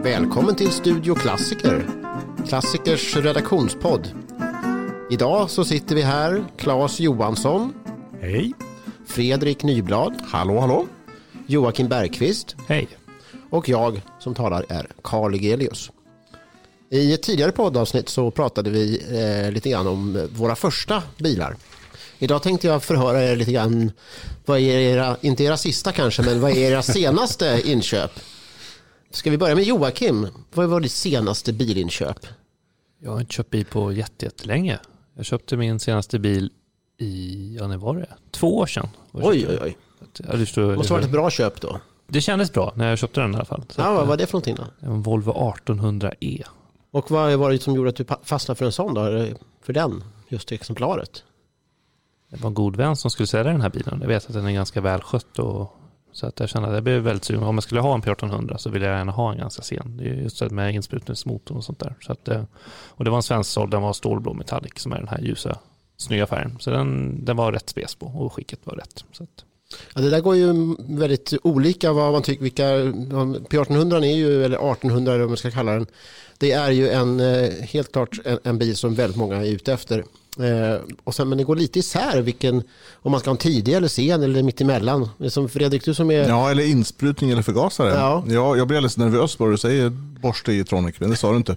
Välkommen till Studio Klassiker, Klassikers redaktionspodd. Idag så sitter vi här, Claes Johansson. Hej. Fredrik Nyblad. Hallå, hallå. Joakim Bergqvist. Hej. Och jag som talar är Carl Egelius. I ett tidigare poddavsnitt så pratade vi lite grann om våra första bilar. Idag tänkte jag förhöra er lite grann, vad är era, inte era sista kanske, men vad är era senaste inköp? Ska vi börja med Joakim? Vad var ditt senaste bilinköp? Jag har inte köpt bil på jättelänge. Jag köpte min senaste bil i, när var det? 2 år sedan. Oj. Ja, det måste ha varit ett bra köp då. Det kändes bra när jag köpte den i alla fall. Så vad var det för någonting då? En Volvo 1800E. Och vad var det som gjorde att du fastnade för en sån då? För den, just det exemplaret? Det var en god vän som skulle sälja den här bilen. Jag vet att den är ganska välskött och så att jag kände att jag blev väldigt sugen. Om jag skulle ha en P1800 så ville jag gärna ha en ganska sen. Det är just det med insprutningsmotorn och sånt där. Så att, och det var en svensk såld, den var stålblå metallic som är den här ljusa, snygga färgen. Så den var rätt spes på och skicket var rätt. Så att. Ja, det där går ju väldigt olika vad man tycker. P1800 är ju, eller 1800 om man ska kalla den. Det är ju helt klart en bil som väldigt många är ute efter. Och sen, men det går lite isär om man ska ha en tidig eller sen eller mitt emellan. Som Fredrik, du som är... Ja, eller insprutning eller förgasare. Ja. Jag blir alldeles nervös bara du säger borste i Tronic, men det sa du inte.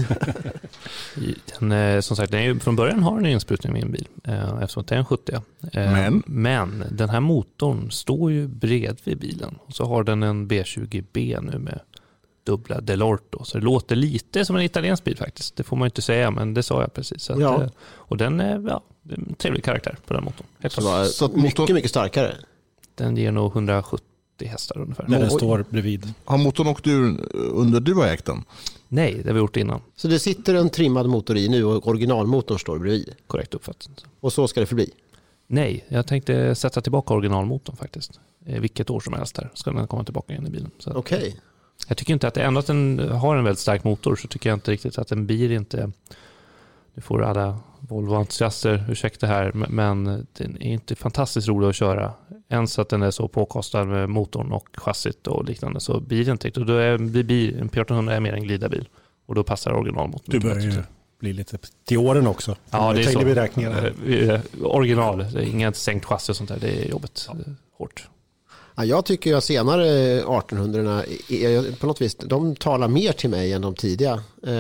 Som sagt, från början har den insprutning med min bil eftersom det är en 70. Men den här motorn står ju bredvid bilen och så har den en B20B nu med dubbla Delorto. Så det låter lite som en italiensk bil faktiskt. Det får man inte säga, men det sa jag precis. Så att, och den är en trevlig karaktär på den motorn. Så mycket starkare. Den ger nog 170 hästar ungefär. När den står bredvid. Har motorn åkt ur under du har ägt den? Nej, det har vi gjort innan. Så det sitter en trimmad motor i nu och originalmotorn står bredvid? Korrekt uppfattat. Och så ska det förbli? Nej, jag tänkte sätta tillbaka originalmotorn faktiskt. Vilket år som helst här ska den komma tillbaka in i bilen. Okej. Jag tycker inte att ändå att den har en väldigt stark motor så tycker jag inte riktigt att den blir inte... Nu får alla Volvo-entusiaster ursäkta här, men den är inte fantastiskt rolig att köra. Ens att den är så påkostad med motorn och chassit och liknande så blir det inte riktigt. Och då blir en P1800 är mer en glidarbil och då passar originalmotorn. Du börjar ju bli lite till åren också. Ja, det är så. Beräkningar. Original, det är inget sänkt chassi och sånt där. Det är jobbigt, hårt. Ja, jag tycker att senare 1800 på något vis, de talar mer till mig än de tidiga.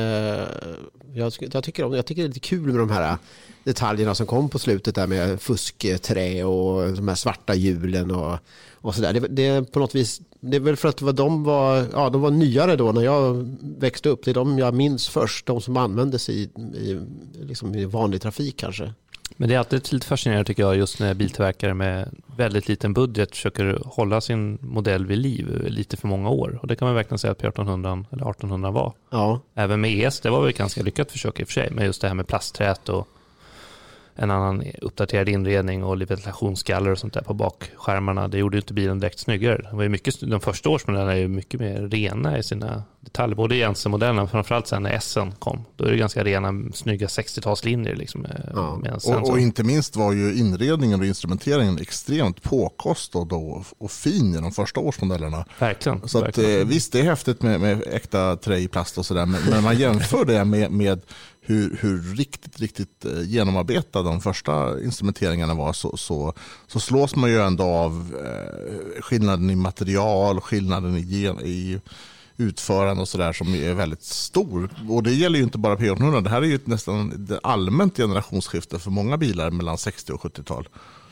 Jag tycker det är lite kul med de här detaljerna som kom på slutet där med fuskträ och de här svarta hjulen och sådär. Det är på något vis, det är väl för att de var nyare då när jag växte upp. Det är de jag minns först, de som användes i vanlig trafik kanske. Men det är alltid lite fascinerande tycker jag just när biltillverkare med väldigt liten budget försöker hålla sin modell vid liv lite för många år. Och det kan man verkligen säga att P1800 eller 1800 var. Ja. Även med ES, det var väl ganska lyckat försök i och för sig. Men just det här med plastträt och en annan uppdaterad inredning och ventilationsgaller och sånt där på bakskärmarna. Det gjorde ju inte bilen direkt snyggare. Det var ju de första årsmodellerna är ju mycket mer rena i sina detaljer. Både Jensen-modellerna, framförallt sen när S'en kom. Då är det ganska rena, snygga 60-talslinjer. Liksom, och inte minst var ju inredningen och instrumenteringen extremt påkostad och fin i de första årsmodellerna. Verkligen. Så att, visst, det är häftigt med äkta trä i plast och sådär. Men man jämför det med hur riktigt genomarbetade de första instrumenteringarna var så slås man ju ändå av skillnaden i material, skillnaden i utförande och sådär som är väldigt stor. Och det gäller ju inte bara P1800, det här är ju nästan ett allmänt generationsskifte för många bilar mellan 60- och 70-tal.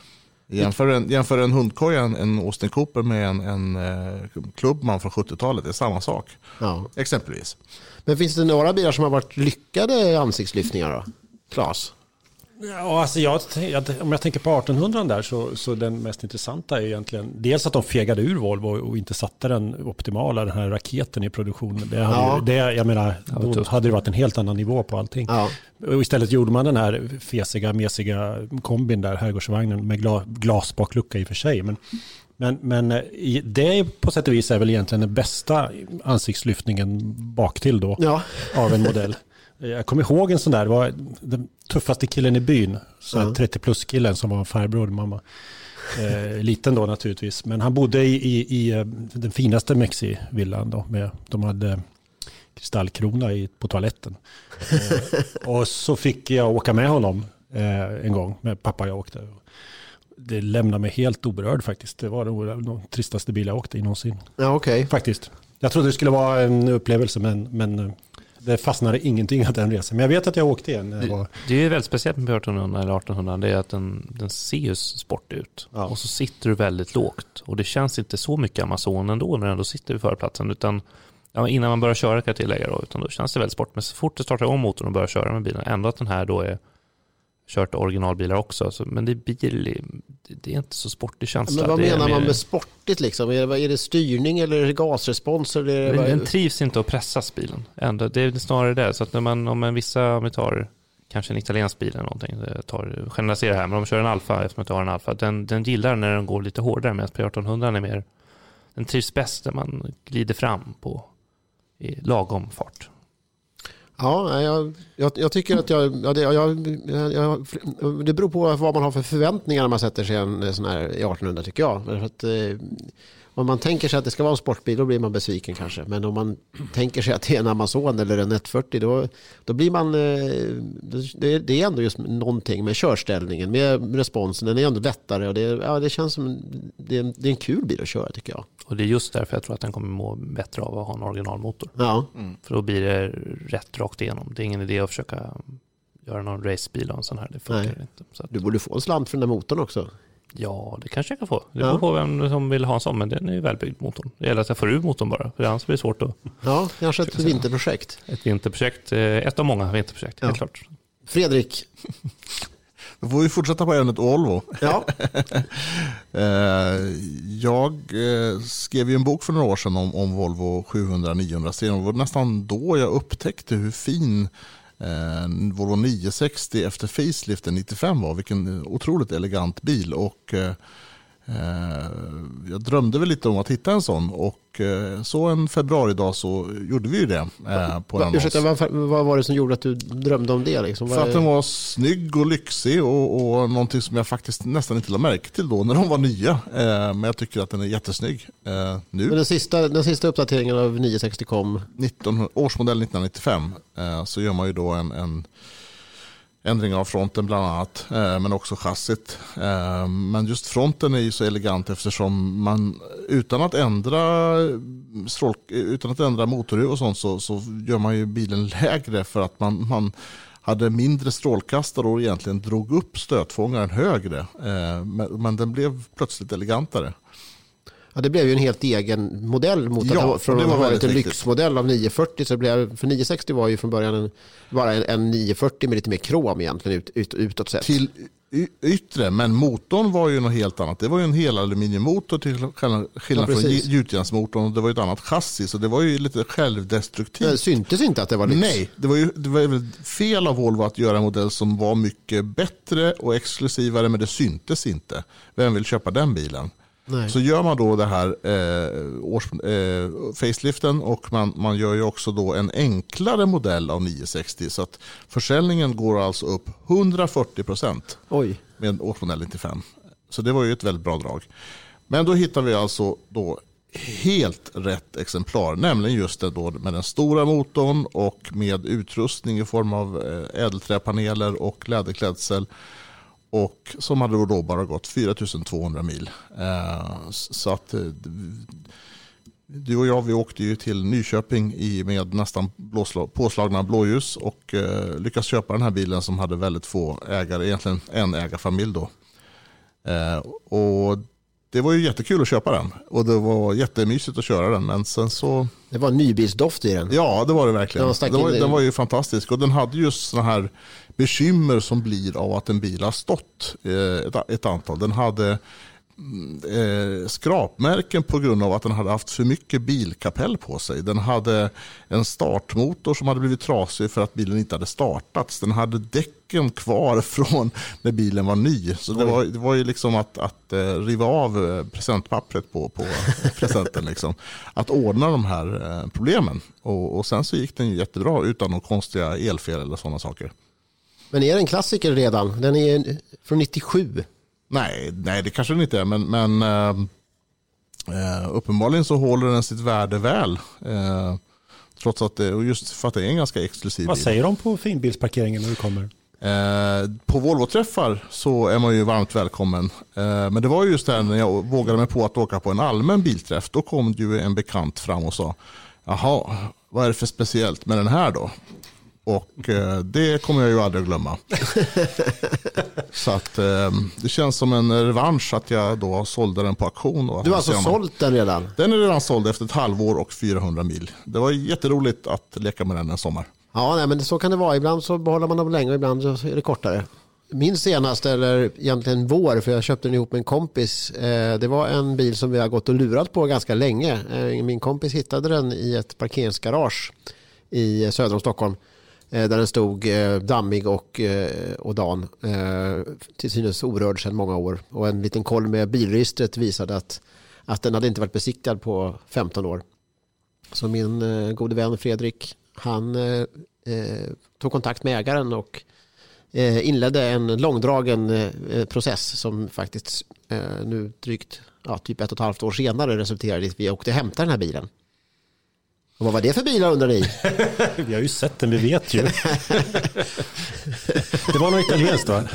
Jämför en hundkoja, en Austin Cooper med en klubbman från 70-talet, det är samma sak. Ja. Exempelvis. Men finns det några bilar som har varit lyckade ansiktslyftningar då? Claes? Ja, alltså om jag tänker på 1800 där så den mest intressanta är egentligen dels att de fegade ur Volvo och inte satte den optimala, den här raketen i produktionen. Då hade det varit en helt annan nivå på allting. Ja. Och istället gjorde man den här mesiga kombin där, herrgårdsvagnen med glasbaklucka i och för sig. Men det på sätt och vis är väl egentligen den bästa ansiktslyftningen baktill då av en modell. Jag kommer ihåg en sån där, det var den tuffaste killen i byn, 30+ killen som var en farbror mamma. Liten då naturligtvis, men han bodde i den finaste Mexi-villan då. De hade kristallkrona på toaletten. Och så fick jag åka med honom en gång. Med pappa jag åkte. Det lämnade mig helt oberörd faktiskt. Det var den tristaste bil jag åkte i någonsin. Ja, okej. Faktiskt. Jag trodde det skulle vara en upplevelse, men det fastnade ingenting av den resan. Men jag vet att jag åkte igen. Det är ju väldigt speciellt med 1800 eller 1800. Det är att den ser ju sport ut. Ja. Och så sitter du väldigt lågt. Och det känns inte så mycket Amazon ändå när du ändå sitter vid förarplatsen. Utan innan man börjar köra kan jag tillägga då. Utan då känns det väldigt sport. Men så fort du startar om motorn och börjar köra med bilen. Ändå att den här då är kört originalbilar också. Men det är inte så sportig känsla. Men vad menar man med sportigt liksom? Är det styrning eller är det gasrespons? Eller den trivs inte att pressas bilen. Ändå, det är snarare det. Så att om vi tar kanske en italiensk bil eller någonting. Generaliserar här. Men om man kör en Alfa eftersom jag har en Alfa. Den gillar när den går lite hårdare. Medan P1800 är mer... Den trivs bäst när man glider fram på i lagom fart. Ja, jag tycker att det beror på vad man har för förväntningar när man sätter sig en sån här i 1800 tycker jag. För att, om man tänker sig att det ska vara en sportbil då blir man besviken kanske. Men om man tänker sig att det är en Amazon eller en 140 då blir man... Det är ändå just någonting med körställningen, med responsen. Den är ändå lättare och det känns som det är en kul bil att köra tycker jag. Och det är just därför jag tror att den kommer må bättre av att ha en originalmotor. Ja. För då blir det rätt rakt igenom. Det är ingen idé att försöka göra någon racebil och en sån här. Det funkar inte. Så att... Du borde få en slant för den där motorn också. Ja, det kanske jag kan få. Det beror på vem som vill ha en sån, men den är ju välbyggd motorn. Det gäller att jag får ur motorn bara, för annars blir det svårt att... Ja, kanske ett vinterprojekt. Ett vinterprojekt, ett av många vinterprojekt, helt klart. Fredrik. Då får vi fortsätta på ämnet Volvo. Ja. Jag skrev ju en bok för några år sedan om Volvo 700-900-serien. Det var nästan då jag upptäckte hur fin Volvo 960 efter faceliften 95 var. Vilken otroligt elegant bil. Och jag drömde väl lite om att hitta en sån. Och så en februaridag så gjorde vi ju det. Vad var det som gjorde att du drömde om det? Liksom? För att den var snygg och lyxig och någonting som jag faktiskt nästan inte lade märke till då när de var nya. Men jag tycker att den är jättesnygg nu. Men den sista uppdateringen av 960 kom? Årsmodell 1995 så gör man ju då en ändring av fronten bland annat, men också chassit. Men just fronten är ju så elegant eftersom man utan att ändra motorhuv och sånt så gör man ju bilen lägre för att man hade mindre strålkastare och egentligen drog upp stötfångaren högre. Men den blev plötsligt elegantare. Ja, det blev ju en helt egen modell mot från att ha varit en lyxmodell av 940 så för 960 var ju från början bara en 940 med lite mer krom egentligen utåt sett. Till yttre, men motorn var ju något helt annat. Det var ju en hel aluminiummotor till skillnad från gjutjärnsmotorn och det var ju ett annat chassi så det var ju lite självdestruktivt. Det syntes inte att det var lyx. Nej, det var väl fel av Volvo att göra en modell som var mycket bättre och exklusivare men det syntes inte. Vem vill köpa den bilen? Nej. Så gör man då det här faceliften och man gör ju också då en enklare modell av 960 så att försäljningen går alltså upp 140% med årsmodell 95. Så det var ju ett väldigt bra drag. Men då hittar vi alltså då helt rätt exemplar, nämligen just det då med den stora motorn och med utrustning i form av ädelträpaneler och läderklädsel. Och som hade då bara gått 4200 mil. Så att du och jag vi åkte ju till Nyköping med nästan påslagna blåljus och lyckades köpa den här bilen som hade väldigt få ägare, egentligen en ägarfamilj då. Och det var ju jättekul att köpa den och det var jättemysigt att köra den men sen så... Det var en nybilsdoft i den. Ja, det var det verkligen. Den var ju fantastisk och den hade just såna här bekymmer som blir av att en bil har stått ett antal. Den hade skrapmärken på grund av att den hade haft för mycket bilkapell på sig. Den hade en startmotor som hade blivit trasig för att bilen inte hade startats. Den hade däcken kvar från när bilen var ny. Så det var ju liksom att riva av presentpappret på presenten. Liksom. Att ordna de här problemen. Och sen så gick den ju jättebra utan några konstiga elfel eller sådana saker. Men är det en klassiker redan? Den är från 97. Nej, det kanske den inte är, men uppenbarligen så håller den sitt värde väl. Trots att just för att det är en ganska exklusiv Vad bil. säger de på finbilsparkeringen när du kommer? På Volvo-träffar så är man ju varmt välkommen. Men det var just där när jag vågade mig på att åka på en allmän bilträff. Då kom ju en bekant fram och sa, jaha, vad är det för speciellt med den här då? Och det kommer jag ju aldrig att glömma. Så att det känns som en revansch att jag då sålde den på auktion. Och du har alltså sålt den redan? Den är redan såld efter ett halvår och 400 mil. Det var jätteroligt att leka med den en sommar. Ja, nej, men så kan det vara. Ibland så behåller man dem länge och ibland så är det kortare. Min senaste, eller egentligen vår, för jag köpte den ihop med en kompis. Det var en bil som vi har gått och lurat på ganska länge. Min kompis hittade den i ett parkeringsgarage i söder om Stockholm. Där den stod dammig och dan. Till synes orörd sedan många år. Och en liten koll med bilregistret visade att den hade inte varit besiktigad på 15 år. Så min gode vän Fredrik, han tog kontakt med ägaren och inledde en långdragen process som faktiskt nu drygt typ 1,5 år senare resulterade i att vi åkte och hämtade den här bilen. Och vad var det för bilar undrar ni? Vi har ju sett den, vi vet ju. Det var något italienskt då?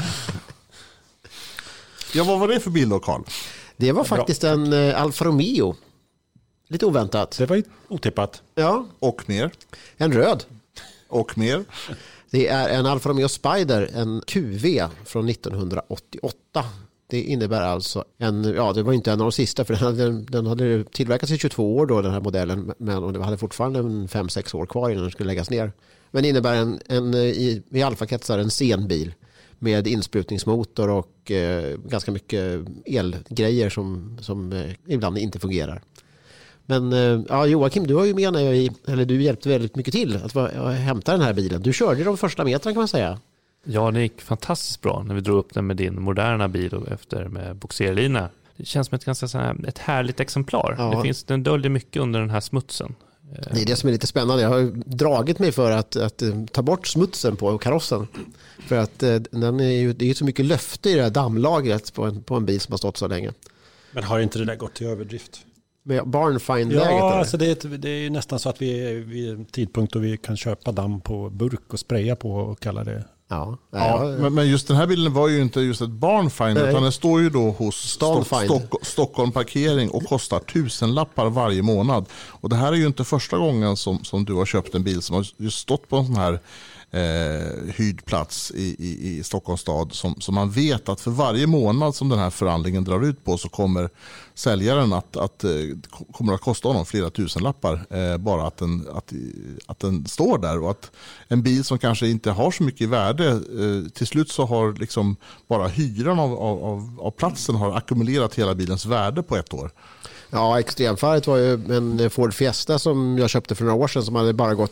Ja, vad var det för bil då, Carl? Det var faktiskt en Alfa Romeo. Lite oväntat. Det var ju otippat. Ja. Och mer? En röd. Och mer? Det är en Alfa Romeo Spider, en QV från 1988. Det innebär alltså det var inte en av de sista, för den hade tillverkats i 22 år då, den här modellen, men det hade fortfarande 5-6 år kvar innan den skulle läggas ner. Men det innebär i alfakretsar en sen bil med insprutningsmotor och ganska mycket elgrejer som ibland inte fungerar. Men Joakim, du var ju med när du hjälpte väldigt mycket till att hämta den här bilen. Du körde de första metrarna kan man säga. Ja, det gick fantastiskt bra när vi drog upp den med din moderna bil och efter med boxerlina. Det känns som ett härligt exemplar. Ja. Den döljer mycket under den här smutsen. Det är det som är lite spännande. Jag har dragit mig för att ta bort smutsen på karossen. För att det är ju så mycket löfte i det här dammlagret på en bil som har stått så länge. Men har inte det där gått till överdrift? Barnfind-läget? Ja, alltså det är nästan så att vi är vid en tidpunkt då vi kan köpa damm på burk och spraya på och kalla det. Ja. Men just den här bilden var ju inte just ett barnfind, utan den står ju då hos Stockholm Parkering och kostar 1000-lappar varje månad. Och det här är ju inte första gången som du har köpt en bil som har just stått på en sån här hyrd plats i Stockholms stad som man vet att för varje månad som den här förhandlingen drar ut på så kommer säljaren att kommer att kosta honom flera tusenlappar bara att den står där, och att en bil som kanske inte har så mycket värde till slut så har liksom bara hyran av platsen har ackumulerat hela bilens värde på ett år. Ja, extremfallet var ju en Ford Fiesta som jag köpte för några år sedan som hade bara gått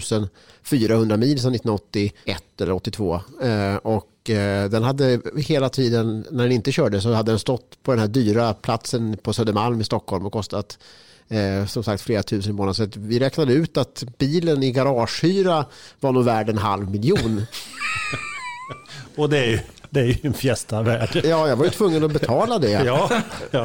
2400 mil sedan 1981 eller 82. Och den hade hela tiden, när den inte körde, så hade den stått på den här dyra platsen på Södermalm i Stockholm och kostat som sagt flera tusen i månaden. Så vi räknade ut att bilen i garagehyra var nog värd 500 000. Och det är ju en Fiesta värd. Ja, jag var ju tvungen att betala det. Ja.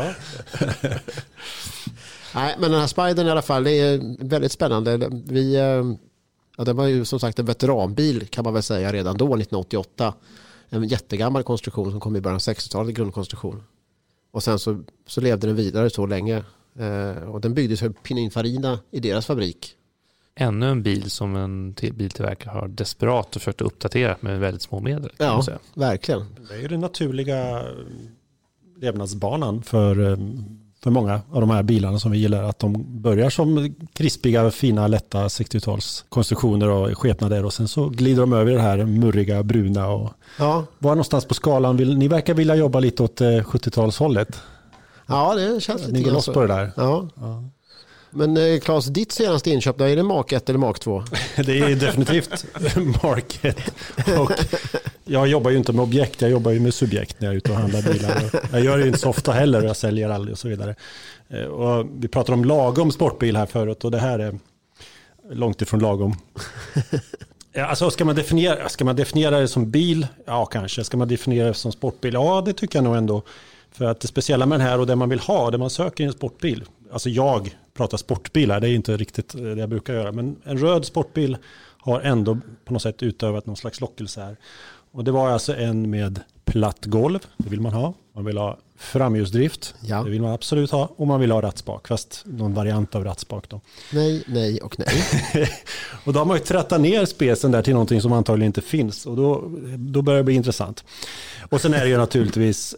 Nej, men den här Spidern i alla fall, det är väldigt spännande. Det var ju som sagt en veteranbil kan man väl säga redan då, 1988. En jättegammal konstruktion som kom i början av 60-talet, grundkonstruktion. Och sen så levde den vidare så länge. Och den byggdes för Pininfarina i deras fabrik. Ännu en bil som en biltillverkare har desperat försökt uppdatera med väldigt små medel. Ja, verkligen. Det är ju den naturliga levnadsbanan för många av de här bilarna som vi gillar. Att de börjar som krispiga, fina, lätta 60-talskonstruktioner och skepnader och sen så glider de över det här murriga, bruna. Och var någonstans på skalan ni verkar vilja jobba lite åt 70-talshållet. Ja, det känns lite. Ni går loss på det där. Ja. Men Claes, ditt senaste inköp, är det Mark 1 eller Mark 2? Det är definitivt Mark 1. Och jag jobbar ju inte med objekt, jag jobbar ju med subjekt när jag är ute och handlar bilar. Jag gör det ju inte så ofta heller, jag säljer aldrig och så vidare. Och vi pratar om lagom sportbil här förut och det här är långt ifrån lagom. Alltså ska man definiera det som bil? Ja, kanske. Ska man definiera det som sportbil? Ja, det tycker jag nog ändå. För att det speciella med den här och det man vill ha, det man söker i en sportbil. Alltså jag prata sportbilar. Det är inte riktigt det jag brukar göra. Men en röd sportbil har ändå på något sätt utövat någon slags lockelse här. Och det var alltså en med platt golv, det vill man ha. Man vill ha framhjulsdrift, det vill man absolut ha. Och man vill ha rattspak, fast någon variant av rattspak då. Nej och nej. Och då har man ju trattat ner specen där till någonting som antagligen inte finns. Och då börjar det bli intressant. Och sen är det ju naturligtvis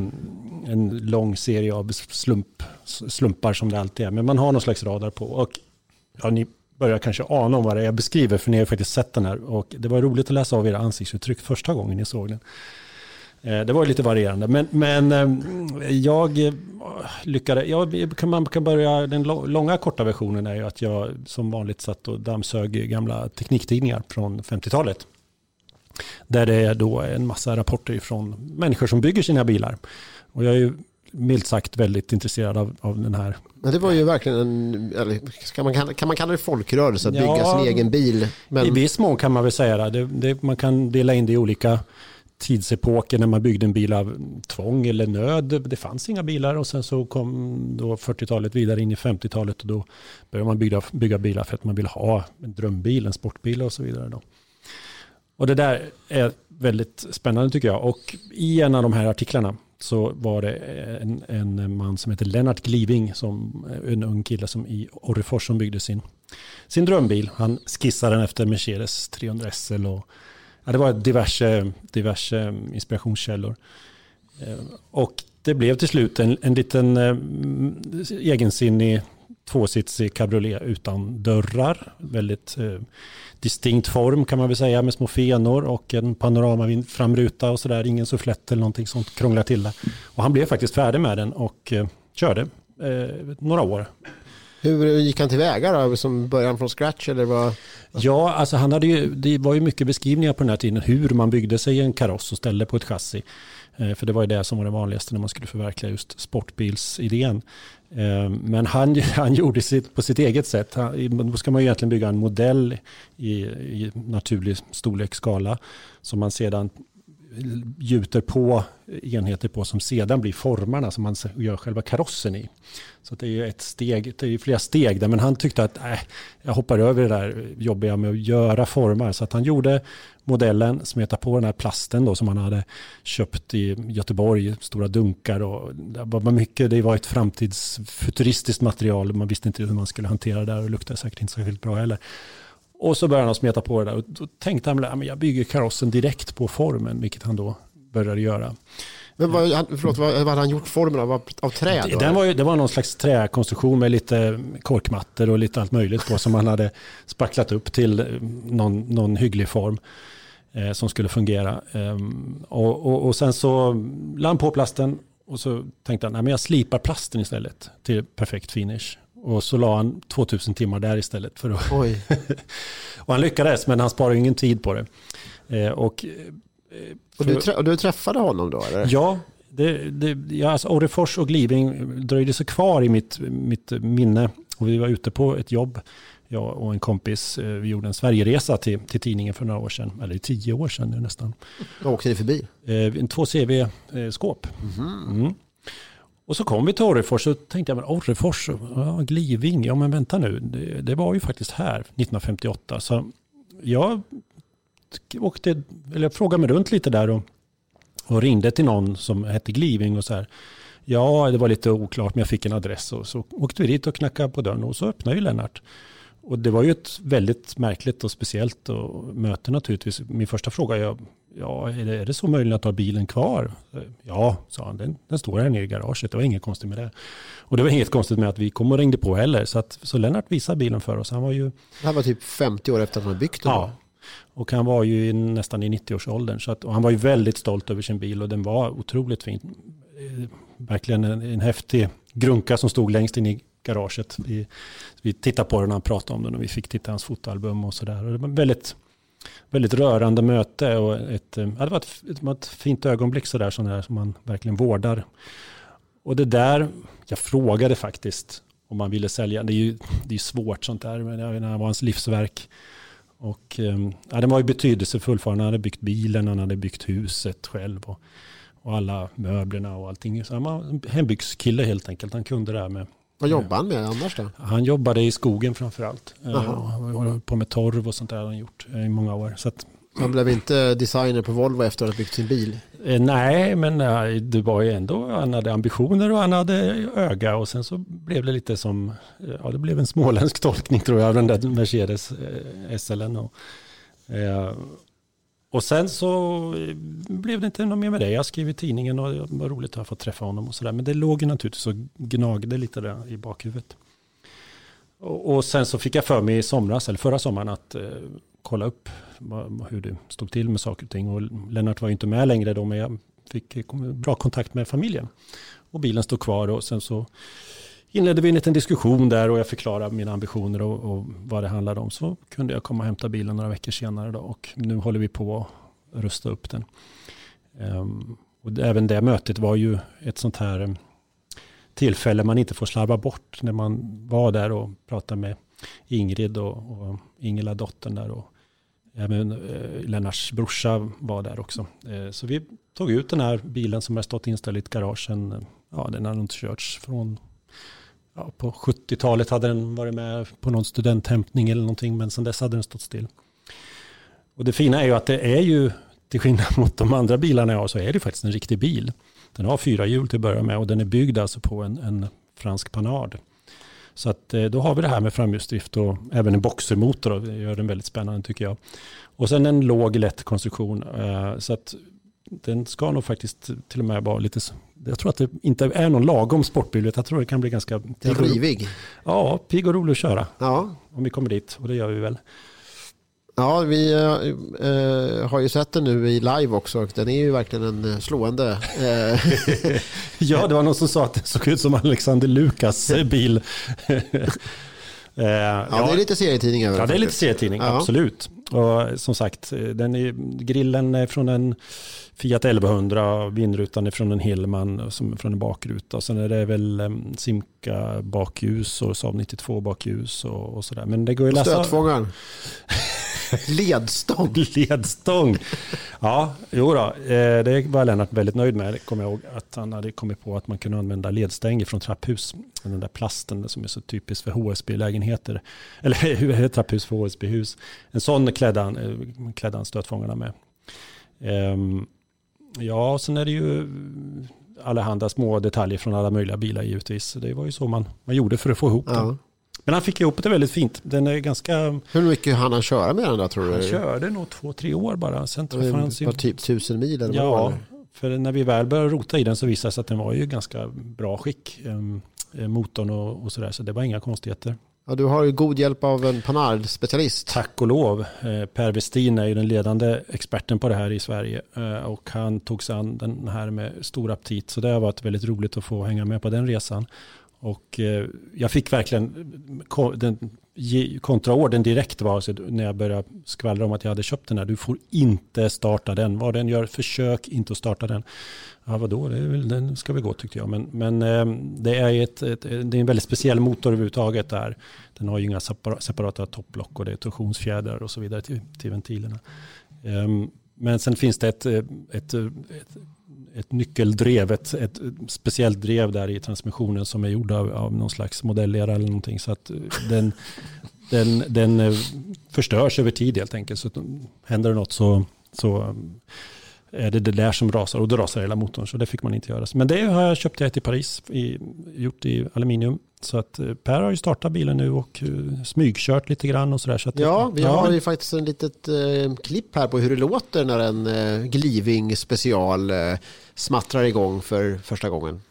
en lång serie av slumpar som det alltid är. Men man har någon slags radar på. Och ja, ni börjar kanske ana om vad det är jag beskriver, för ni har ju faktiskt sett den här. Och det var roligt att läsa av era ansiktsuttryck första gången ni såg den. Det var lite varierande, men jag lyckades. Man kan börja, den långa korta versionen är ju att jag som vanligt satt och dammsög gamla tekniktidningar från 50-talet. Där det är då en massa rapporter från människor som bygger sina bilar. Och jag är ju milt sagt väldigt intresserad av den här. Men det var ju verkligen kan man kalla det folkrörelse att bygga sin egen bil? Men... I viss mån kan man väl säga det. Man kan dela in det i olika tidsepoker när man byggde en bil av tvång eller nöd. Det fanns inga bilar och sen så kom då 40-talet vidare in i 50-talet och då började man bygga bilar för att man vill ha en drömbil, en sportbil och så vidare då. Och det där är väldigt spännande tycker jag. Och i en av de här artiklarna så var det en man som heter Lennart Gliving, som en ung kille som i Orrefors som byggde sin drömbil. Han skissade den efter Mercedes 300 SL och det var diverse inspirationskällor. Och det blev till slut en liten egensinnig tvåsitsig cabriolet utan dörrar. Väldigt distinkt form kan man väl säga, med små fenor och en panoramaframruta och sådär. Ingen sufflett eller någonting sånt krånglar till det. Och han blev faktiskt färdig med den och körde några år. Hur gick han tillväga då? Som början från scratch eller vad? Ja, alltså det var ju mycket beskrivningar på den här tiden hur man byggde sig en kaross och ställde på ett chassi. För det var ju det som var det vanligaste när man skulle förverkliga just sportbilsidén. Men han gjorde på sitt eget sätt. Då ska man ju egentligen bygga en modell i naturlig storleksskala som man sedan gjuter på enheter på som sedan blir formarna som man gör själva karossen i. Så det är ju det är ju flera steg där, men han tyckte att jag hoppar över det där jobbiga med att göra formar, så att han gjorde modellen, smeta på den här plasten då som han hade köpt i Göteborg, stora dunkar, och det var ett framtidsfuturistiskt material, man visste inte hur man skulle hantera det där och det luktade säkert inte särskilt bra heller. Och så började han smeta på det där och då tänkte han att jag bygger karossen direkt på formen, vilket han då började göra. Men vad hade han gjort formen av trä då? Det var någon slags träkonstruktion med lite korkmattor och lite allt möjligt på som han hade spacklat upp till någon hygglig form som skulle fungera. Och sen så lade han på plasten och så tänkte han jag slipar plasten istället till perfekt finish. Och så la han 2000 timmar där istället. Oj. Och han lyckades, men han sparade ingen tid på det. Och du träffade honom då? Eller? Ja, alltså Orrefors och Gliving dröjde sig kvar i mitt minne. Och vi var ute på ett jobb, jag och en kompis. Vi gjorde en Sverigeresa till tidningen för några år sedan. Eller 10 år sedan nu nästan. Vad åkte ni förbi? En 2CV-skåp. Mm. Och så kom vi till Orrefors och tänkte jag, Orrefors, Gliving, ja men vänta nu, det var ju faktiskt här 1958. Så jag frågade mig runt lite där och ringde till någon som hette Gliving och så här. Ja, det var lite oklart, men jag fick en adress och så åkte vi dit och knackade på dörren och så öppnade ju Lennart. Och det var ju ett väldigt märkligt och speciellt möte naturligtvis. Min första fråga är, är det så möjligt att ha bilen kvar? Ja, sa han, den står här nere i garaget. Det var inget konstigt med det. Och det var inget konstigt med att vi kom och ringde på heller. Så Lennart visade bilen för oss. Det här var typ 50 år efter att han hade byggt den. Ja, och han var ju nästan i 90-årsåldern. Och han var ju väldigt stolt över sin bil och den var otroligt fin. Verkligen en häftig grunka som stod längst in i garaget. Vi tittade på den och han pratade om den och vi fick titta hans fotoalbum och sådär. Och det var väldigt, väldigt rörande möte och det var ett fint ögonblick sådär som man verkligen vårdar. Och det där, jag frågade faktiskt om man ville sälja. Det är ju svårt sånt där, men det var hans livsverk. Och den var ju betydelsefull för han hade byggt bilen, han hade byggt huset själv och alla möblerna och allting. Så han var en hembygdskille helt enkelt. Han kunde det här Vad jobbar han med annars då? Han jobbade i skogen framförallt. På med torv och sånt där har han gjort i många år. Så att, han blev inte designer på Volvo efter att ha byggt sin bil? Nej, men det var ju ändå, han hade ambitioner och han hade öga och sen så blev det lite som, det blev en småländsk tolkning tror jag av den där Mercedes SLN. Och sen så blev det inte något mer med det. Jag skrev i tidningen och det var roligt att ha fått träffa honom och sådär. Men det låg ju naturligtvis och gnagde lite där i bakhuvudet. Och sen så fick jag för mig i somras, eller förra sommaren, att kolla upp hur det stod till med saker och ting. Och Lennart var ju inte med längre då, men jag fick bra kontakt med familjen. Och bilen stod kvar och sen så inledde vi en liten diskussion där och jag förklarade mina ambitioner och vad det handlade om. Så kunde jag komma och hämta bilen några veckor senare då, och nu håller vi på att rusta upp den. Och även det mötet var ju ett sånt här tillfälle man inte får slarva bort, när man var där och pratade med Ingrid och Ingela, dottern där, och även Lennarts brorsa var där också. Så vi tog ut den här bilen som har stått inställd i ett garage. Den har nog körts från på 70-talet hade den varit med på någon studenthämtning eller någonting, men sedan dess hade den stått still. Och det fina är ju att det är ju, till skillnad mot de andra bilarna jag har, så är det faktiskt en riktig bil. Den har 4 hjul till att börja med och den är byggd alltså på en fransk Panhard. Så att då har vi det här med framhjulsdrift och även en boxermotor, och det gör den väldigt spännande tycker jag. Och sen en låg lätt konstruktion, så att den ska nog faktiskt till och med vara lite, jag tror att det inte är någon lagom sportbil, jag tror det kan bli ganska rivig. Ja, pigg och rolig att köra. Ja. Om vi kommer dit, och det gör vi väl. Ja, vi har ju sett den nu i live också, och den är ju verkligen en slående. Ja, det var någon som sa att det såg ut som Alexander Lukas bil. Det är lite serietidning över. Ja, det är lite serietidning, absolut. Och som sagt, grillen är från en Fiat 1100, vindrutan är från en Hillman som från en bakruta, och sen är det väl Simca bakljus och Saab 92 bakljus och sådär. Men det går ju läsa. Stötfångaren. Ledstång. Ja, jo då. Det var Lennart väldigt nöjd med. Det kommer jag ihåg att han hade kommit på att man kunde använda ledstänger från trapphus. Den där plasten som är så typisk för HSB-lägenheter. Eller trapphus för HSB-hus. En sån klädde han stötfångarna med. Ja, och sen är det ju allehanda små detaljer från alla möjliga bilar givetvis. Det var ju så man gjorde för att få ihop det. Men han fick ihop det väldigt fint. Den är ganska... Hur mycket hann han köra med den där, tror du? Han körde nog 2-3 år bara. Sen träffade han sin... typ 1000 mil eller ja, vad? För när vi väl började rota i den så visade det sig att den var ju ganska bra skick. Motorn och sådär. Så det var inga konstigheter. Ja, du har ju god hjälp av en Panhard-specialist. Tack och lov. Per Westin är ju den ledande experten på det här i Sverige. Och han tog sig an den här med stor aptit. Så det har varit väldigt roligt att få hänga med på den resan. Och jag fick verkligen kontraorden direkt när jag började skvallra om att jag hade köpt den här. Du får inte starta den. Vad den gör, försök inte att starta den. Ja, vadå? Den ska vi gå, tyckte jag. Men det är en väldigt speciell motor överhuvudtaget där. Den har ju inga separata topplock och det är torsionsfjädrar och så vidare till ventilerna. Men sen finns det ett nyckeldrev, ett speciellt drev där i transmissionen som är gjord av någon slags modellera eller någonting, så att den förstörs över tid helt enkelt. Så händer det något så är det där som rasar, och då rasar hela motorn, så det fick man inte göra. Men det har jag köpt i Paris, gjort i aluminium. Så att Per har ju startat bilen nu och smygkört lite grann och sådär. Så att vi har ju faktiskt en litet klipp här på hur det låter när en Gliving special smattrar igång för första gången.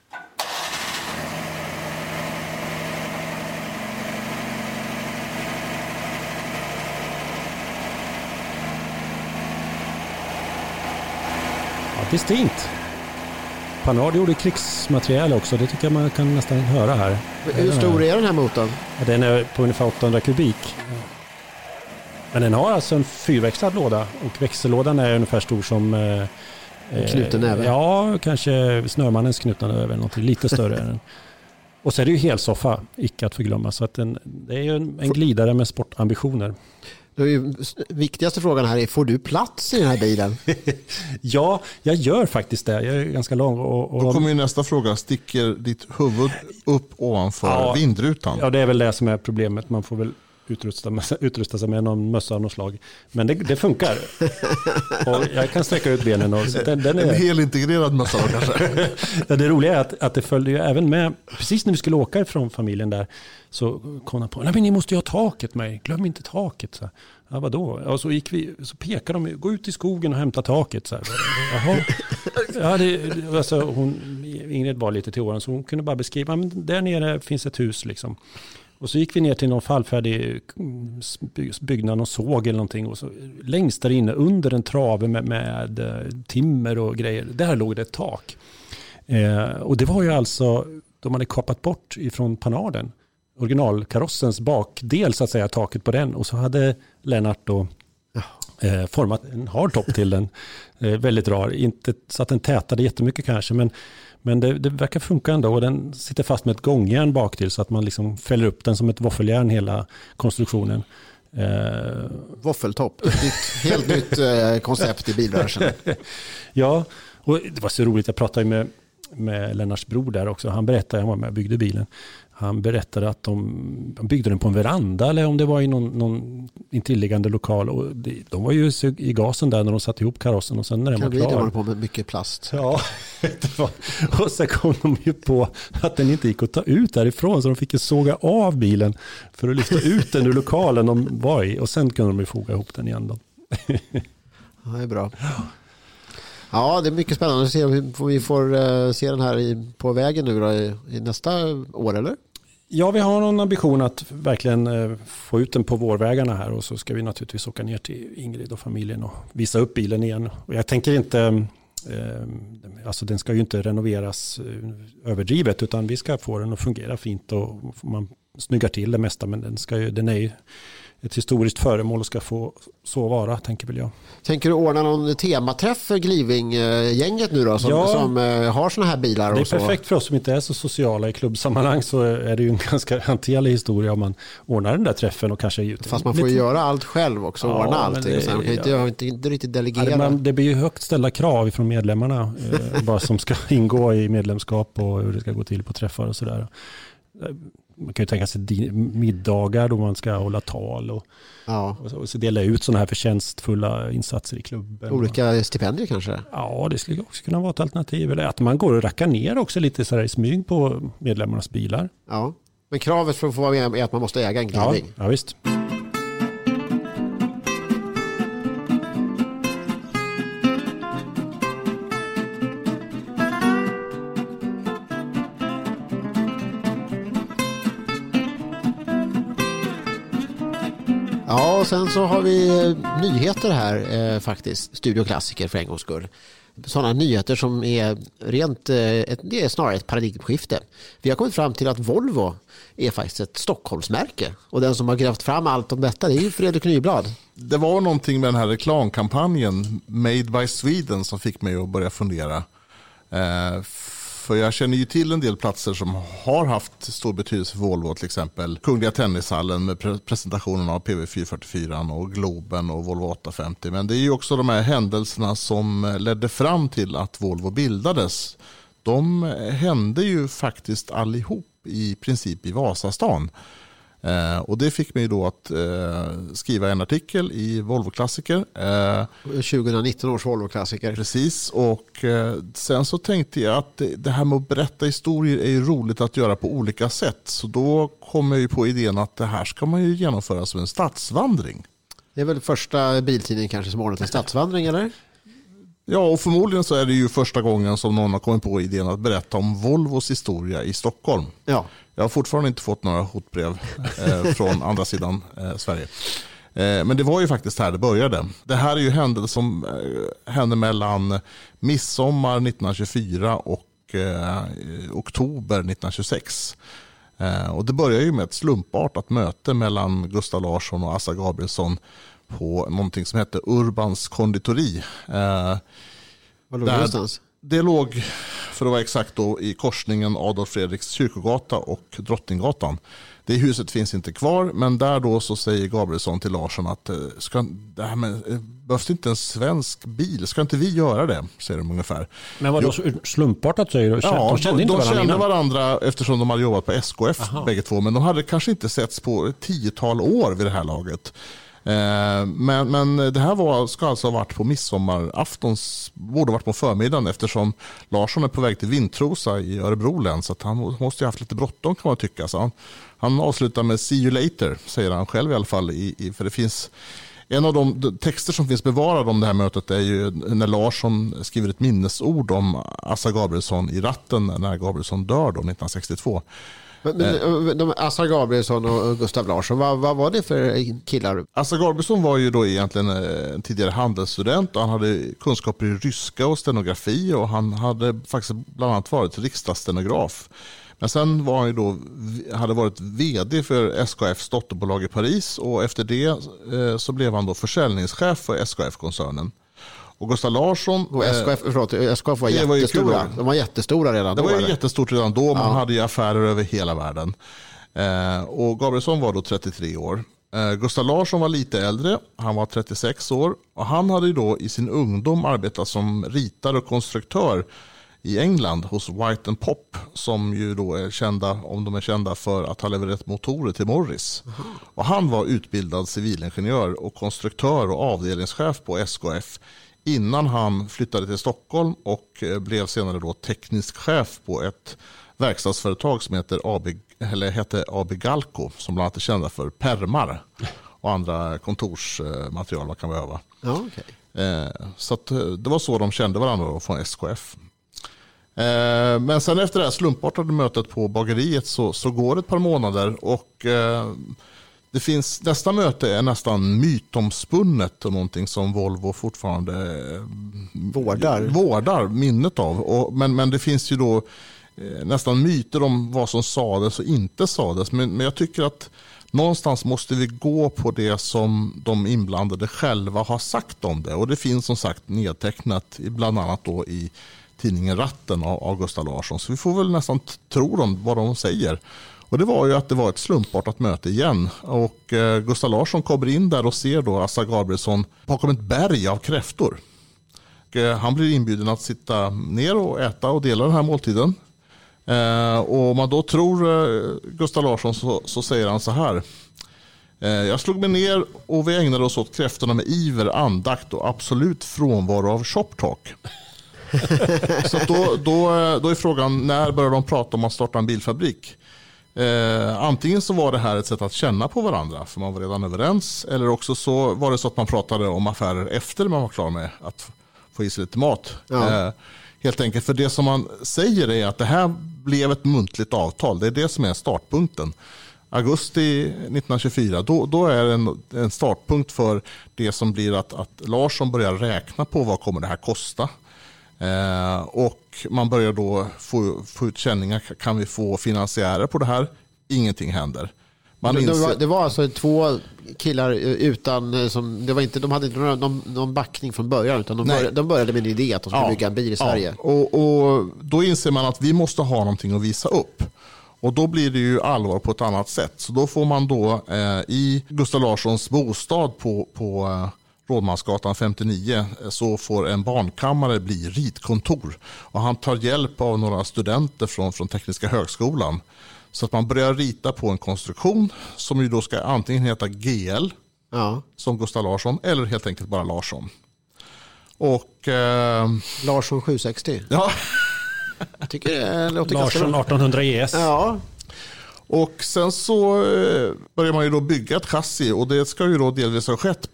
Ja, distinkt. Panhard gjorde krigsmaterial också, det tycker jag man kan nästan höra här. Hur stor är den här motorn? Den är på ungefär 800 kubik. Men den har alltså en 4-växlad låda, och växellådan är ungefär stor som knuten näve. Ja, kanske Snömannens knutna näve eller någonting lite större än den. Och så är det ju helsoffa, icke att förglömma, så att det är ju en glidare med sportambitioner. Viktigaste frågan här är, får du plats i den här bilen? Ja, jag gör faktiskt det. Jag är ganska lång. Då kommer ju nästa fråga. Sticker ditt huvud upp ovanför vindrutan? Ja, det är väl det som är problemet. Man får väl utrusta sig med någon mössa av något slag. Men det funkar. Och jag kan sträcka ut benen. Och den är en helintegrerad mössa kanske. Ja, det roliga är att det följde ju även med. Precis när vi skulle åka ifrån familjen där så kom han på, nej men ni måste ju ha taket med. Glöm inte taket. Så. Ja, vadå? Och så pekade de, gå ut i skogen och hämta taket. Så här. Jaha. Ja, alltså, Ingrid var lite till åren så hon kunde bara beskriva, men där nere finns ett hus liksom. Och så gick vi ner till någon fallfärdig byggnad, någon såg eller någonting. Och så längst där inne under en trave med timmer och grejer, där låg det ett tak. Och det var ju alltså, de hade kapat bort ifrån Panaden, originalkarossens bakdel så att säga, taket på den. Och så hade Lennart då format en hardtop till den. Väldigt rar, inte så att den tätade jättemycket kanske, men det verkar funka ändå, och den sitter fast med ett gångjärn bak till så att man liksom fäller upp den som ett våffeljärn hela konstruktionen. Våffeltopp, helt nytt koncept i bilbranschen. Ja, och det var så roligt, jag pratade med Lennarts bror där också. Han berättade, han var med och byggde bilen. Han berättade att de byggde den på en veranda eller om det var i någon intilliggande lokal. Och de var ju i gasen där när de satte ihop karossen och sen när den var klar. Det var på med mycket plast. Ja, och sen kom de ju på att den inte gick att ta ut därifrån så de fick ju såga av bilen för att lyfta ut den ur lokalen de var i och sen kunde de ju foga ihop den igen då. Ja, det är bra. Ja, det är mycket spännande att se om vi får se den här på vägen nu då, i nästa år, eller? Ja, vi har någon ambition att verkligen få ut den på vårvägarna här och så ska vi naturligtvis åka ner till Ingrid och familjen och visa upp bilen igen. Och jag tänker inte, alltså den ska ju inte renoveras överdrivet utan vi ska få den att fungera fint och man snyggar till det mesta, men den är ju ett historiskt föremål och ska få så vara, tänker väl jag. Tänker du ordna någon tematräff för Gliving-gänget nu då, som har såna här bilar? Det är och så? Perfekt för oss som inte är så sociala i klubbsammanhang, så är det ju en ganska hanterlig historia om man ordnar den där träffen och kanske ut. Fast man får ju göra allt själv också, ordna allting. Det, så man kan inte riktigt delegera. Det blir ju högt ställda krav från medlemmarna bara som ska ingå i medlemskap och hur det ska gå till på träffar och sådär. Man kan ju tänka sig middagar då man ska hålla tal och så dela ut sådana här förtjänstfulla insatser i klubben. Olika stipendier kanske? Ja, det skulle också kunna vara ett alternativ. Eller att man går och rackar ner också lite så här i smyg på medlemmarnas bilar. Ja, men kravet för att få vara med är att man måste äga en Gliving. Ja, visst. Ja, och sen så har vi nyheter här faktiskt. Studioklassiker för en gångs skull. Sådana nyheter som är det är snarare ett paradigmskifte. Vi har kommit fram till att Volvo är faktiskt ett Stockholmsmärke. Och den som har grävt fram allt om detta, det är ju Fredrik Nyblad. Det var någonting med den här reklamkampanjen Made by Sweden som fick mig att börja fundera. För jag känner ju till en del platser som har haft stor betydelse för Volvo, till exempel Kungliga Tennishallen med presentationen av PV444 och Globen och Volvo 850. Men det är ju också de här händelserna som ledde fram till att Volvo bildades. De hände ju faktiskt allihop i princip i Vasastan. Och det fick mig då att skriva en artikel i Volvo-klassiker. 2019 års Volvo-klassiker. Precis, och sen så tänkte jag att det här med att berätta historier är ju roligt att göra på olika sätt. Så då kom jag ju på idén att det här ska man ju genomföra som en stadsvandring. Det är väl första biltidningen kanske som ordnat en stadsvandring, eller? Ja, och förmodligen så är det ju första gången som någon har kommit på idén att berätta om Volvos historia i Stockholm. Ja. Jag har fortfarande inte fått några hotbrev från andra sidan Sverige. Men det var ju faktiskt här det började. Det här är ju händelse som hände mellan midsommar 1924 och oktober 1926. Och det börjar ju med ett slumpartat möte mellan Gustav Larsson och Assa Gabrielsson på någonting som heter Urbans konditori. Var låg det någonstans? Det låg, för att vara exakt då, i korsningen Adolf Fredriks kyrkogata och Drottninggatan. Det huset finns inte kvar, men där då så säger Gabrielsson till Larsson att behövs det inte en svensk bil? Ska inte vi göra det? Säger de ungefär. Men vad då slumpartat säger du? Ja, de kände varandra eftersom de hade jobbat på SKF bägge två, men de hade kanske inte setts på ett 10-tal år vid det här laget. Men det här ska alltså ha varit på midsommaraftons, borde ha varit på förmiddagen eftersom Larsson är på väg till Vintrosa i Örebro län, så att han måste ha haft lite bråttom kan man tycka. Så han avslutar med see you later, säger han själv i alla fall, för det finns en av de texter som finns bevarade om det här mötet är ju när Larsson skriver ett minnesord om Assa Gabrielsson i ratten när Gabrielsson dör då 1962. Men Assa Gabrielsson och Gustav Larsson, vad var det för killar? Assa Gabrielsson var ju då egentligen en tidigare handelsstudent och han hade kunskaper i ryska och stenografi och han hade faktiskt bland annat varit riksdagsstenograf. Men sen var han ju då, hade varit vd för SKFs dotterbolag i Paris och efter det så blev han då försäljningschef för SKF-koncernen. Och Gustav Larsson... Och SKF var jättestora. De var jättestora redan då. Det var ju jättestort redan då. Man hade ju affärer över hela världen. Och Gabrielsson var då 33 år. Gustav Larsson var lite äldre. Han var 36 år. Och han hade ju då i sin ungdom arbetat som ritare och konstruktör i England hos White & Pop, som ju då är kända, om de är kända för att ha levererat motorer till Morris. Och han var utbildad civilingenjör och konstruktör och avdelningschef på SKF innan han flyttade till Stockholm och blev senare då teknisk chef på ett verkstadsföretag som hette AB Galco, som bland annat är kända för pärmar och andra kontorsmaterial man kan behöva. Ja, okay. Så att det var så de kände varandra då från SKF. Men sen efter det här slumpartade mötet på bageriet så går det ett par månader och det finns, nästa möte är nästan mytomspunnet och någonting som Volvo fortfarande vårdar minnet av. Men det finns ju då nästan myter om vad som sades och inte sades. Men jag tycker att någonstans måste vi gå på det som de inblandade själva har sagt om det. Och det finns som sagt nedtecknat bland annat då i tidningen Ratten av Gustav Larsson. Så vi får väl nästan tro dem vad de säger. Och det var ju att det var ett slumpartat möte igen. Och Gustav Larsson kommer in där och ser då Assa Gabrielsson bakom ett berg av kräftor. Han blir inbjuden att sitta ner och äta och dela den här måltiden. Och om man då tror Gustav Larsson så säger han så här. Jag slog mig ner och vi ägnade oss åt kräftorna med iver, andakt och absolut frånvaro av shop talk. Så då är frågan, när börjar de prata om att starta en bilfabrik? Antingen så var det här ett sätt att känna på varandra för man var redan överens, eller också så var det så att man pratade om affärer efter man var klar med att få i sig lite mat. Ja. Helt enkelt, för det som man säger är att det här blev ett muntligt avtal. Det är det som är startpunkten. Augusti 1924, då är det en startpunkt för det som blir att Larsson börjar räkna på vad kommer det här kosta. Och man börjar då få ut känningar. Kan vi få finansiärer på det här? Ingenting händer. Det var alltså två killar utan de hade inte någon backning från början, utan de började med en idé att de skulle bygga en bil i Sverige. Och då inser man att vi måste ha någonting att visa upp. Och då blir det ju allvar på ett annat sätt. Så då får man då i Gustav Larssons bostad på Rådmansgatan 59 så får en barnkammare bli ritkontor. Och han tar hjälp av några studenter från Tekniska högskolan. Så att man börjar rita på en konstruktion som ju då ska antingen heta GL som Gustav Larsson eller helt enkelt bara Larsson. Och Larsson 760. Ja. Jag tycker det låter Larsson 1800 ES. Ja. Och sen så börjar man ju då bygga ett chassi och det ska ju då delvis ha skett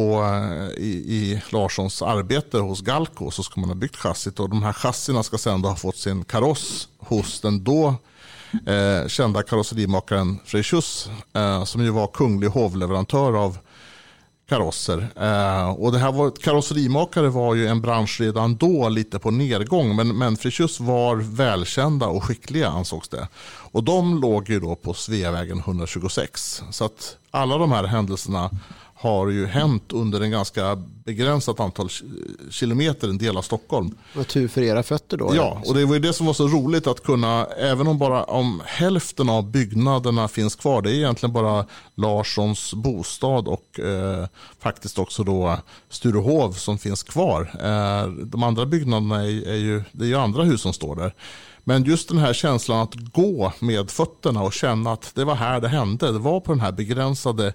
i Larssons arbete hos Galco, så ska man ha byggt chassit och de här chassierna ska sedan då ha fått sin kaross hos den då kända karosserimakaren Frejus som ju var kunglig hovleverantör av karosser. Och det här karosserimakare var ju en bransch redan då lite på nedgång, men Frejus var välkända och skickliga ansågs det. Och de låg ju då på Sveavägen 126. Så att alla de här händelserna har ju hänt under en ganska begränsat antal kilometer, en del av Stockholm. Vad tur för era fötter då. Ja, och det var ju det som var så roligt att kunna, även om hälften av byggnaderna finns kvar, det är egentligen bara Larssons bostad och faktiskt också då Sturehov som finns kvar. De andra byggnaderna det är ju andra hus som står där. Men just den här känslan att gå med fötterna och känna att det var här det hände, det var på den här begränsade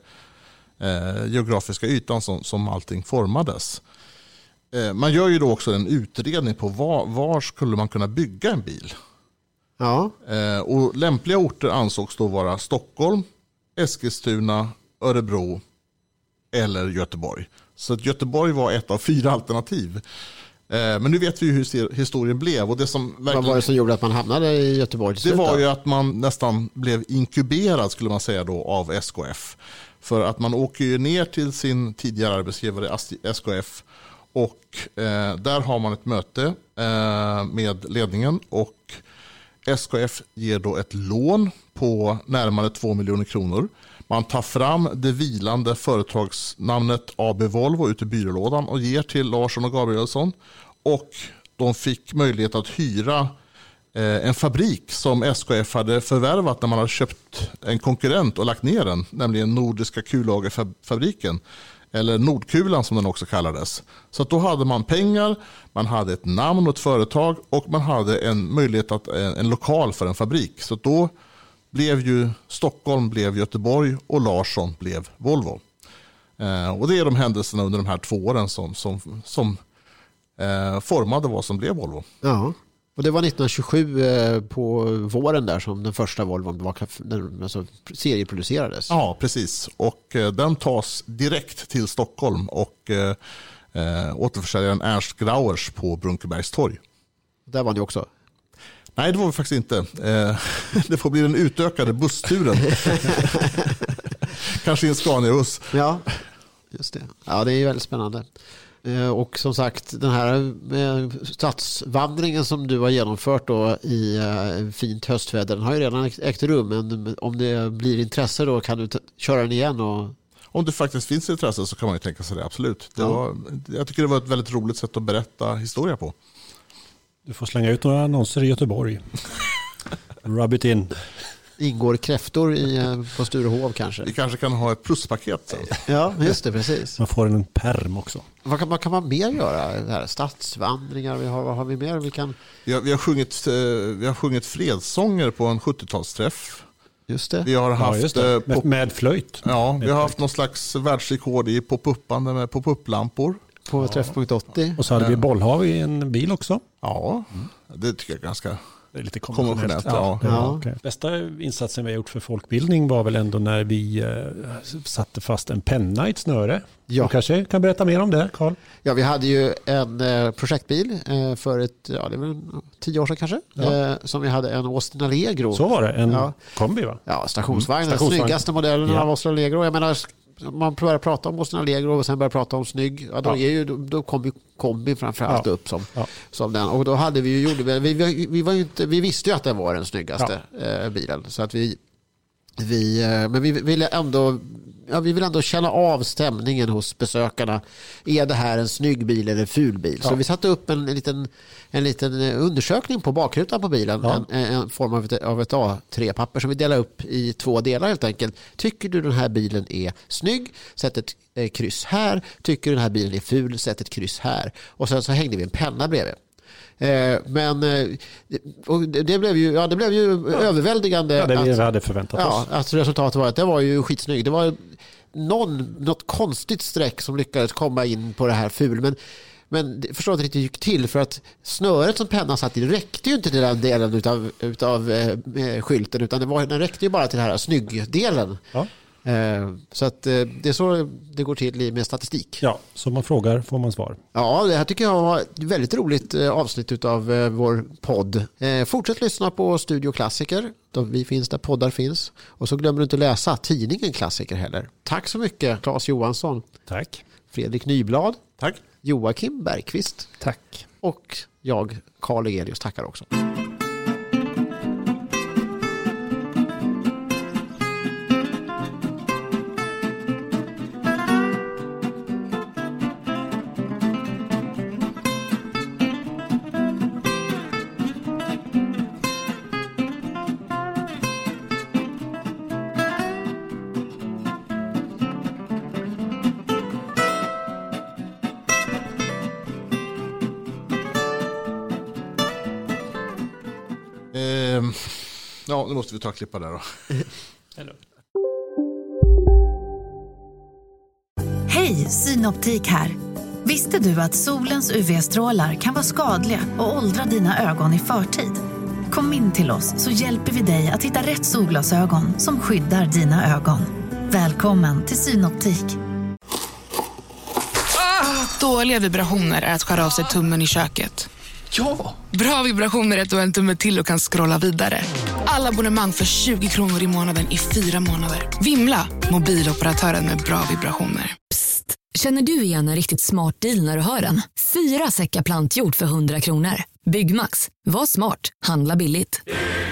geografiska ytan som allting formades. Man gör ju då också en utredning på var skulle man kunna bygga en bil. Ja. Och lämpliga orter ansågs då vara Stockholm, Eskilstuna, Örebro eller Göteborg. Så att Göteborg var ett av 4 alternativ. Men nu vet vi ju hur historien blev. Och det som verkligen, vad var det som gjorde att man hamnade i Göteborg? Det var ju att man nästan blev inkuberad, skulle man säga då, av SKF. För att man åker ju ner till sin tidigare arbetsgivare SKF och där har man ett möte med ledningen och SKF ger då ett lån på närmare 2 miljoner kronor. Man tar fram det vilande företagsnamnet AB Volvo ut i byrålådan och ger till Larsson och Gabrielsson. Och de fick möjlighet att hyra en fabrik som SKF hade förvärvat när man hade köpt en konkurrent och lagt ner den, nämligen Nordiska kullagerfabriken, eller Nordkulan som den också kallades. Så att då hade man pengar, man hade ett namn och ett företag och man hade en möjlighet att en lokal för en fabrik. Så då blev ju Stockholm blev Göteborg och Larsson blev Volvo. Och det är de händelserna under de här 2 åren som formade vad som blev Volvo. Ja. Och det var 1927 på våren där som den första Volvon var, alltså serieproducerades. Ja, precis. Och den tas direkt till Stockholm och återförsäljaren Ernst Grauers på Brunkebergs torg. Där var ni också? Nej, det var vi faktiskt inte. Det får bli den utökade bussturen. Kanske i en Scania-buss. Ja, just det. Ja, det är väldigt spännande. Och som sagt, den här stadsvandringen som du har genomfört då i fint höstväder, den har ju redan ägt rum, men om det blir intresse då kan du köra den igen? Om det faktiskt finns intresse så kan man ju tänka sig det, absolut. Jag tycker det var ett väldigt roligt sätt att berätta historia på. Du får slänga ut några annonser i Göteborg. Rub it in. Ingår kräftor på Sturehov kanske? Vi kanske kan ha ett pluspaket sen. Ja, just det, precis. Man får en perm också. Vad kan man mer göra? Det här, stadsvandringar, vad har vi mer? Vi har sjungit fredssånger på en 70-talsträff. Just det. Vi har haft med flöjt. Ja, vi har haft någon slags världsrekord i pop-uppande med pop-up-lampor. På Träff.80. Och så hade vi bollhav i en bil också. Ja, det tycker jag är ganska... Det är lite konventionellt. Ja. Okay. Bästa insatsen vi har gjort för folkbildning var väl ändå när vi satte fast en penna i ett snöre. Ja. Du kanske kan berätta mer om det, Carl? Ja, vi hade ju en projektbil för det är väl 10 år sedan kanske, som vi hade en Austin Allegro. Så var det, en kombi va? Ja, stationsvagn, den snyggaste modellen av Austin Allegro. Jag menar, man börjar prata om Austin Allegro och sen börjar prata om snygg, då kom ju kombi framförallt upp som den. Och då hade vi ju vi visste ju att den var den snyggaste bilen, så att men vi ville ändå känna av stämningen hos besökarna. Är det här en snygg bil eller en ful bil? Så vi satte upp en liten undersökning på bakrutan på bilen. En form av ett A3-papper som vi delar upp i 2 delar helt enkelt. Tycker du den här bilen är snygg? Sätt ett kryss här. Tycker du den här bilen är ful? Sätt ett kryss här. Och sen så hängde vi en penna bredvid. Men och det blev ju överväldigande. Ja, det vi hade förväntat oss. Ja, alltså resultatet var att det var ju skitsnygg. Det var något konstigt streck som lyckades komma in på det här ful, men det förstår inte riktigt gick till, för att snöret som pennan satt i räckte ju inte till den delen utav skylten, utan den räckte ju bara till den här snyggdelen. Ja. Så att det är så det går till med statistik. Ja, så man frågar får man svar. Ja, det här tycker jag var ett väldigt roligt avsnitt av vår podd. Fortsätt lyssna på Studio Klassiker. Vi finns där poddar finns. Och så glömmer du inte läsa tidningen Klassiker heller. Tack så mycket, Claes Johansson. Tack. Fredrik Nyblad. Tack. Joakim Bergqvist. Tack. Och jag, Carl Egelius, tackar också. Ja, nu måste vi ta och klippa där då. Hej, Synoptik här. Visste du att solens UV-strålar kan vara skadliga och åldra dina ögon i förtid? Kom in till oss så hjälper vi dig att hitta rätt solglasögon som skyddar dina ögon. Välkommen till Synoptik. Dåliga vibrationer är att skära av sig tummen i köket. Ja! Bra vibrationer är att du har en tumme till och kan scrolla vidare. Alla abonnemang för 20 kronor i månaden i 4 månader. Vimla! Mobiloperatören med bra vibrationer. Psst! Känner du igen en riktigt smart deal när du hör den? 4 säckar plantjord för 100 kronor. Byggmax. Var smart. Handla billigt.